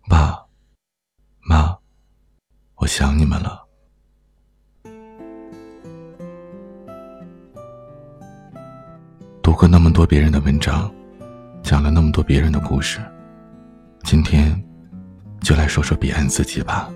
爸妈，我想你们了。读过那么多别人的文章，讲了那么多别人的故事，今天就来说说彼岸自己吧。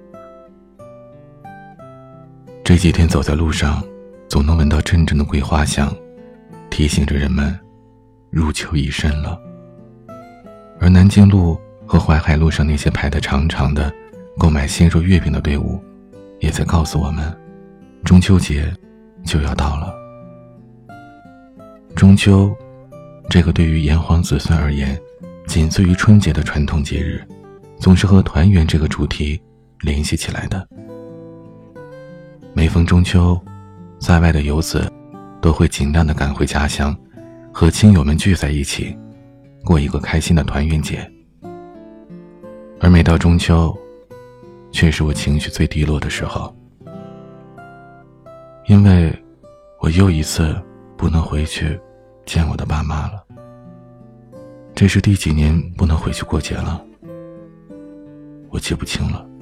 这几天走在路上，总能闻到阵阵的桂花香，提醒着人们入秋已深了。而南京路和淮海路上那些排得长长的购买鲜肉月饼的队伍，也在告诉我们，中秋节就要到了。中秋，这个对于炎黄子孙而言仅次于春节的传统节日，总是和团圆这个主题联系起来的。每逢中秋，在外的游子都会尽量地赶回家乡，和亲友们聚在一起，过一个开心的团圆节。而每到中秋，却是我情绪最低落的时候，因为我又一次不能回去见我的爸妈了。这是第几年不能回去过节了，我记不清了。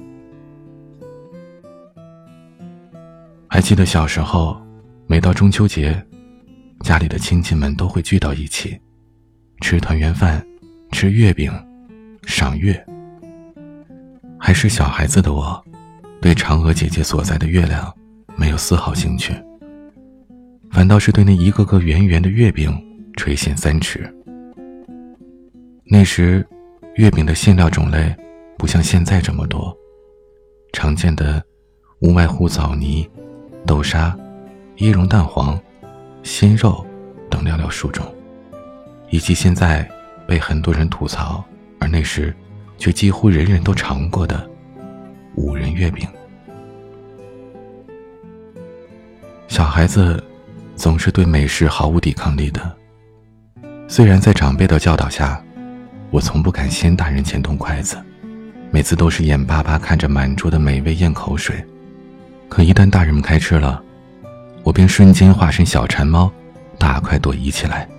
还记得小时候，每到中秋节，家里的亲戚们都会聚到一起，吃团圆饭，吃月饼，赏月。还是小孩子的我，对嫦娥姐姐所在的月亮没有丝毫兴趣，反倒是对那一个个圆圆的月饼垂涎三尺。那时月饼的馅料种类不像现在这么多，常见的无外乎枣泥、豆沙、椰蓉蛋黄、鲜肉等寥寥数种，以及现在被很多人吐槽，而那时却几乎人人都尝过的五仁月饼。小孩子总是对美食毫无抵抗力的，虽然在长辈的教导下，我从不敢先大人前动筷子，每次都是眼巴巴看着满桌的美味咽口水，可一旦大人们开吃了，我便瞬间化身小馋猫，大快朵颐起来。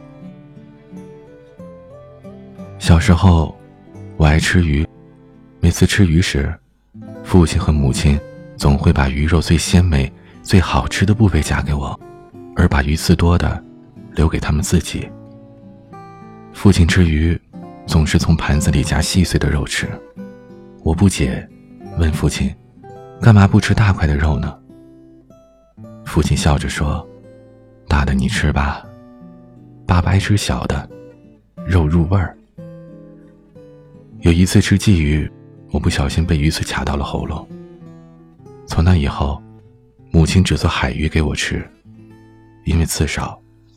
小时候我爱吃鱼，每次吃鱼时，父亲和母亲总会把鱼肉最鲜美最好吃的部位夹给我，而把鱼刺多的留给他们自己。父亲吃鱼总是从盘子里夹细碎的肉吃，我不解，问父亲干嘛不吃大块的肉呢？父亲笑着说，大的你吃吧，爸爸爱吃小的，肉入味儿。有一次吃鲫鱼，我不小心被鱼刺卡到了喉咙，从那以后，母亲只做海鱼给我吃，因为刺少。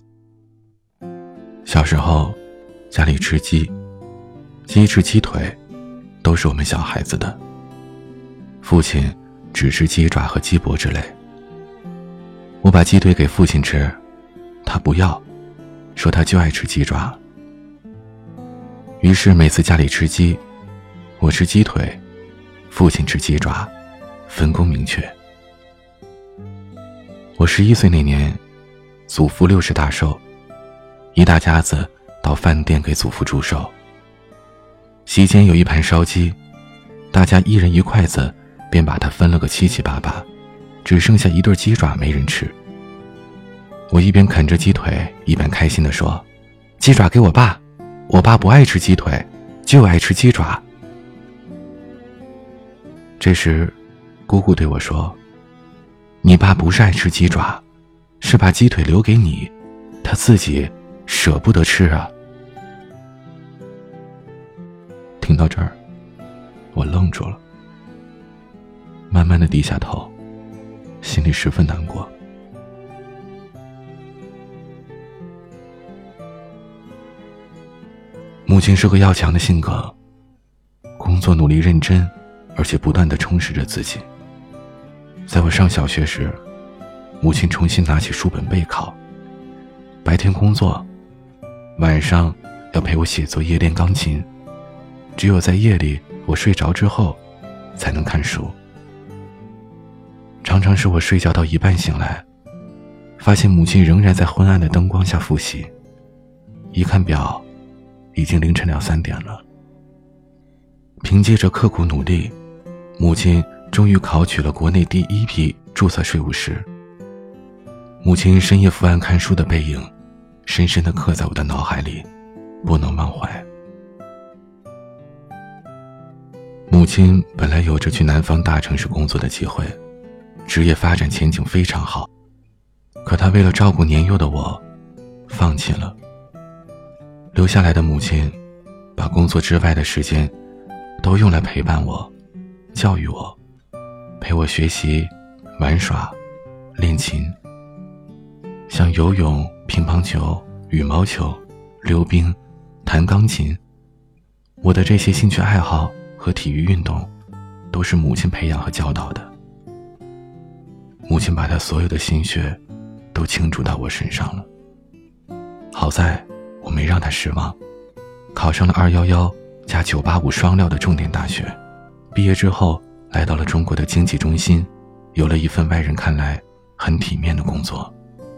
小时候家里吃鸡翅鸡腿都是我们小孩子的，父亲只吃鸡爪和鸡脖之类。我把鸡腿给父亲吃，他不要，说他就爱吃鸡爪。于是每次家里吃鸡，我吃鸡腿，父亲吃鸡爪，分工明确。我11岁那年，祖父60大寿，一大家子到饭店给祖父祝寿。席间有一盘烧鸡，大家一人一筷子便把它分了个七七八八，只剩下一对鸡爪没人吃。我一边啃着鸡腿，一边开心地说，鸡爪给我爸，我爸不爱吃鸡腿，就爱吃鸡爪。这时姑姑对我说，你爸不是爱吃鸡爪，是把鸡腿留给你，他自己舍不得吃啊。听到这儿，我愣住了，慢慢地低下头，心里十分难过。母亲是个要强的性格，工作努力认真，而且不断地充实着自己。在我上小学时，母亲重新拿起书本备考，白天工作，晚上要陪我写作业练钢琴，只有在夜里我睡着之后才能看书。常常是我睡觉到一半醒来，发现母亲仍然在昏暗的灯光下复习，一看表已经凌晨2、3点了。 凭借着刻苦努力，母亲终于考取了国内第一批注册税务师。母亲深夜伏案看书的背影，深深地刻在我的脑海里，不能忘怀。母亲本来有着去南方大城市工作的机会，职业发展前景非常好，可她为了照顾年幼的我，放弃了。留下来的母亲把工作之外的时间都用来陪伴我，教育我，陪我学习、玩耍、练琴，像游泳、乒乓球、羽毛球、溜冰、弹钢琴。我的这些兴趣爱好和体育运动都是母亲培养和教导的。母亲把她所有的心血都倾注到我身上了。好在我没让她失望，考上了211加985双料的重点大学，毕业之后来到了中国的经济中心，有了一份外人看来很体面的工作。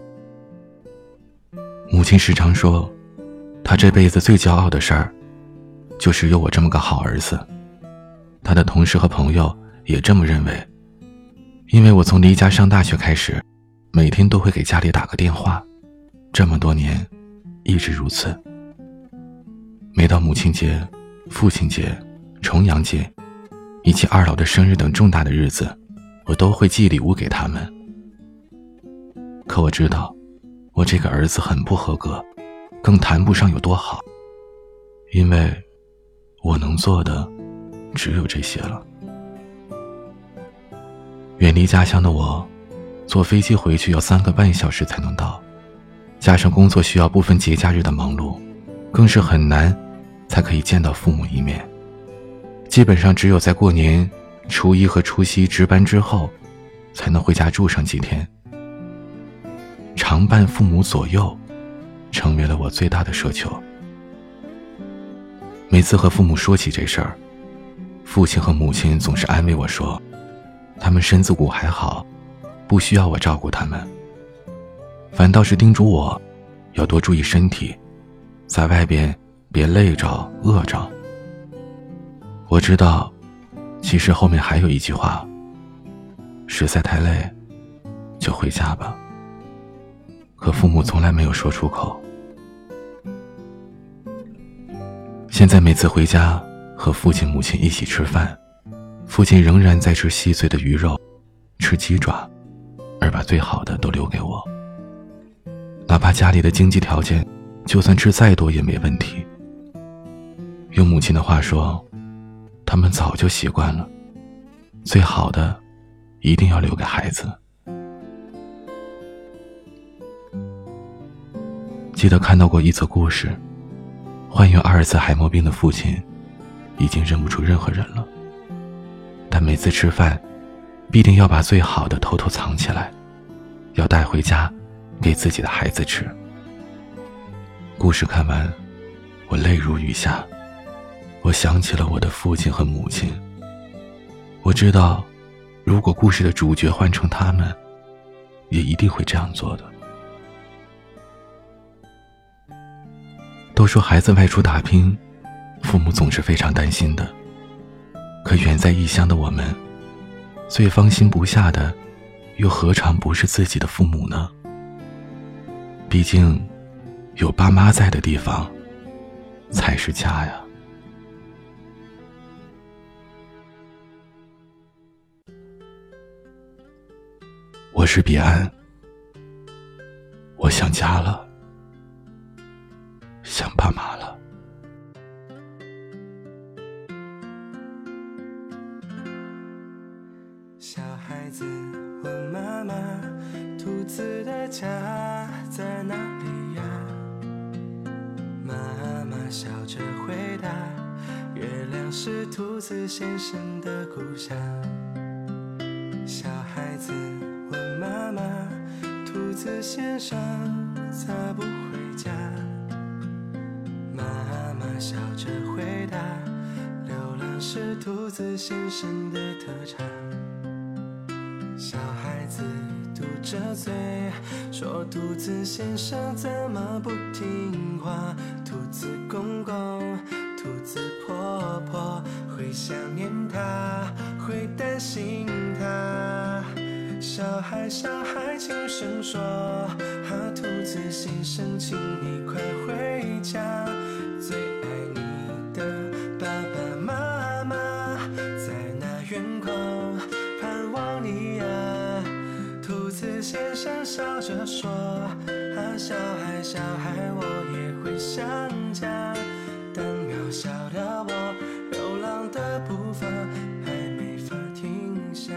母亲时常说，她这辈子最骄傲的事儿就是有我这么个好儿子。她的同事和朋友也这么认为，因为我从离家上大学开始，每天都会给家里打个电话，这么多年一直如此。每到母亲节、父亲节、重阳节以及二老的生日等重大的日子，我都会寄礼物给他们。可我知道，我这个儿子很不合格，更谈不上有多好，因为我能做的只有这些了。远离家乡的我，坐飞机回去要3个半小时才能到，加上工作需要部分节假日的忙碌，更是很难才可以见到父母一面。基本上只有在过年、初一和除夕值班之后，才能回家住上几天。常伴父母左右，成为了我最大的奢求。每次和父母说起这事儿，父亲和母亲总是安慰我说，他们身子骨还好，不需要我照顾他们，反倒是叮嘱我要多注意身体，在外边别累着饿着。我知道其实后面还有一句话，实在太累就回家吧，可父母从来没有说出口。现在每次回家和父亲母亲一起吃饭，父亲仍然在吃细碎的鱼肉，吃鸡爪，而把最好的都留给我。哪怕家里的经济条件就算吃再多也没问题。用母亲的话说，他们早就习惯了，最好的一定要留给孩子。记得看到过一则故事，患有阿尔茨海默病的父亲已经认不出任何人了，但每次吃饭必定要把最好的偷偷藏起来，要带回家给自己的孩子吃。故事看完，我泪如雨下，我想起了我的父亲和母亲。我知道，如果故事的主角换成他们，也一定会这样做的。都说孩子外出打拼，父母总是非常担心的，可远在异乡的我们，最放心不下的又何尝不是自己的父母呢？毕竟有爸妈在的地方才是家呀。我是彼岸，我想家了，想爸妈了。 小孩子问妈妈，兔子的家在哪里呀？妈妈笑着回答，月亮是兔子先生的故乡。小孩子问妈妈，兔子先生咋不回家？妈妈笑着回答，流浪是兔子先生的特长。小孩子嘟着嘴说，兔子先生怎么不听话？兔子公公、兔子婆婆会想念他，会担心他。小孩小孩轻声说，兔子先生请你快回家，最爱你的爸爸妈妈在那远空盼望你啊。兔子先生笑着说，小孩小孩我也会想家，但渺小的我流浪的步伐还没法停下。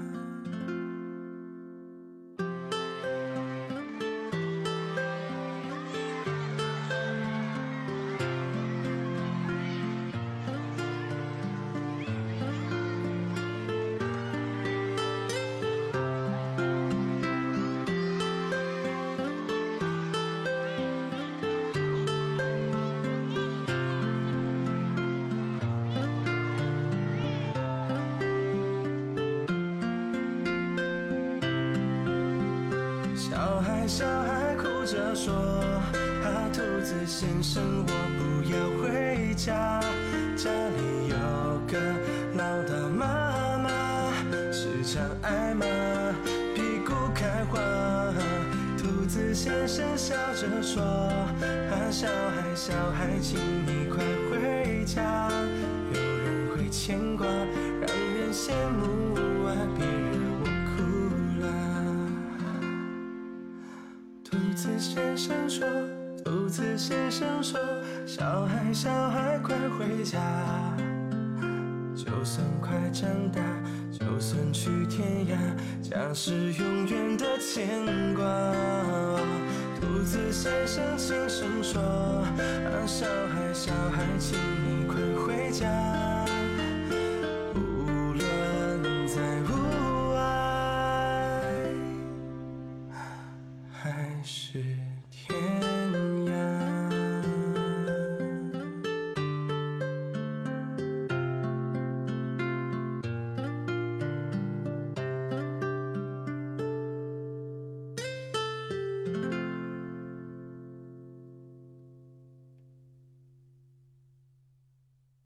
小孩哭着说，兔子先生我不要回家，家里有个唠叨妈妈，时常挨骂，屁股开花。兔子先生笑着说，小孩小孩请你快回家，有人会牵挂，让人羡慕啊，别惹我哭啦。兔子先生说，兔子先生说，小孩小孩快回家，就算快长大，就算去天涯，家是永远的牵挂。兔子先生轻声说，小孩小孩请你快回家，无论在户外还是